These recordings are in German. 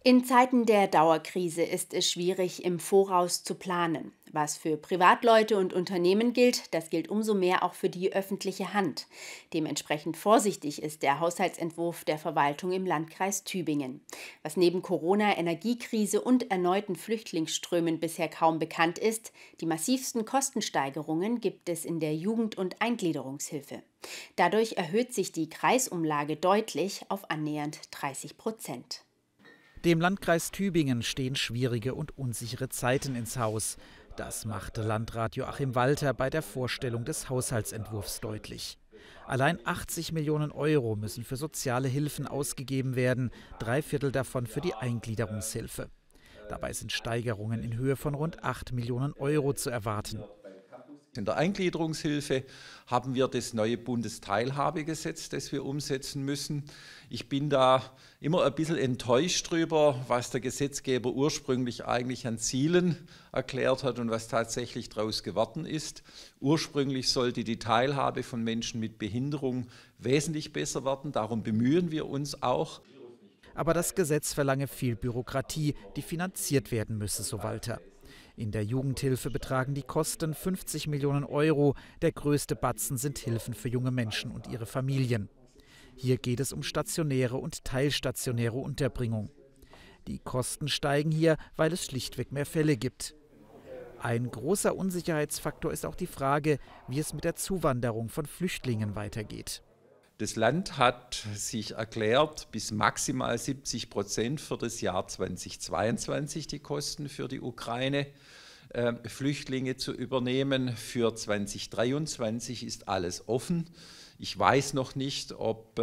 In Zeiten der Dauerkrise ist es schwierig, im Voraus zu planen. Was für Privatleute und Unternehmen gilt, das gilt umso mehr auch für die öffentliche Hand. Dementsprechend vorsichtig ist der Haushaltsentwurf der Verwaltung im Landkreis Tübingen. Was neben Corona, Energiekrise und erneuten Flüchtlingsströmen bisher kaum bekannt ist, die massivsten Kostensteigerungen gibt es in der Jugend- und Eingliederungshilfe. Dadurch erhöht sich die Kreisumlage deutlich auf annähernd 30%. Dem Landkreis Tübingen stehen schwierige und unsichere Zeiten ins Haus. Das machte Landrat Joachim Walter bei der Vorstellung des Haushaltsentwurfs deutlich. Allein 80 Millionen Euro müssen für soziale Hilfen ausgegeben werden, 3/4 davon für die Eingliederungshilfe. Dabei sind Steigerungen in Höhe von rund 8 Millionen Euro zu erwarten. In der Eingliederungshilfe haben wir das neue Bundesteilhabegesetz, das wir umsetzen müssen. Ich bin da immer ein bisschen enttäuscht drüber, was der Gesetzgeber ursprünglich eigentlich an Zielen erklärt hat und was tatsächlich daraus geworden ist. Ursprünglich sollte die Teilhabe von Menschen mit Behinderung wesentlich besser werden. Darum bemühen wir uns auch. Aber das Gesetz verlange viel Bürokratie, die finanziert werden müsse, so Walter. In der Jugendhilfe betragen die Kosten 50 Millionen Euro. Der größte Batzen sind Hilfen für junge Menschen und ihre Familien. Hier geht es um stationäre und teilstationäre Unterbringung. Die Kosten steigen hier, weil es schlichtweg mehr Fälle gibt. Ein großer Unsicherheitsfaktor ist auch die Frage, wie es mit der Zuwanderung von Flüchtlingen weitergeht. Das Land hat sich erklärt, bis maximal 70% für das Jahr 2022 die Kosten für die Ukraine-Flüchtlinge zu übernehmen. Für 2023 ist alles offen. Ich weiß noch nicht, ob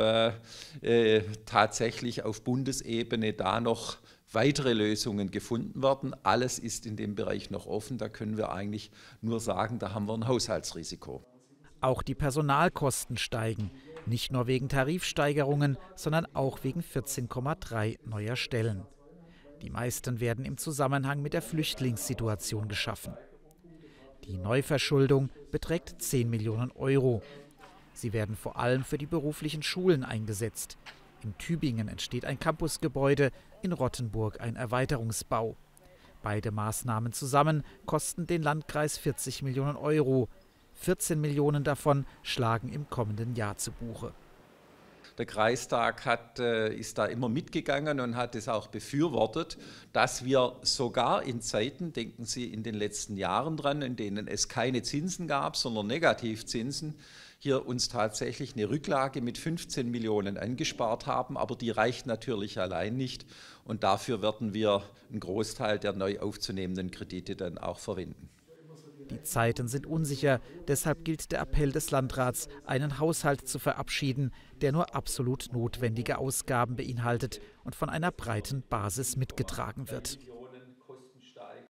tatsächlich auf Bundesebene da noch weitere Lösungen gefunden werden. Alles ist in dem Bereich noch offen. Da können wir eigentlich nur sagen, da haben wir ein Haushaltsrisiko. Auch die Personalkosten steigen. Nicht nur wegen Tarifsteigerungen, sondern auch wegen 14,3 neuer Stellen. Die meisten werden im Zusammenhang mit der Flüchtlingssituation geschaffen. Die Neuverschuldung beträgt 10 Millionen Euro. Sie werden vor allem für die beruflichen Schulen eingesetzt. In Tübingen entsteht ein Campusgebäude, in Rottenburg ein Erweiterungsbau. Beide Maßnahmen zusammen kosten den Landkreis 40 Millionen Euro. 14 Millionen davon schlagen im kommenden Jahr zu Buche. Der Kreistag ist da immer mitgegangen und hat es auch befürwortet, dass wir sogar in Zeiten, denken Sie in den letzten Jahren dran, in denen es keine Zinsen gab, sondern Negativzinsen, hier uns tatsächlich eine Rücklage mit 15 Millionen angespart haben. Aber die reicht natürlich allein nicht. Und dafür werden wir einen Großteil der neu aufzunehmenden Kredite dann auch verwenden. Die Zeiten sind unsicher, deshalb gilt der Appell des Landrats, einen Haushalt zu verabschieden, der nur absolut notwendige Ausgaben beinhaltet und von einer breiten Basis mitgetragen wird.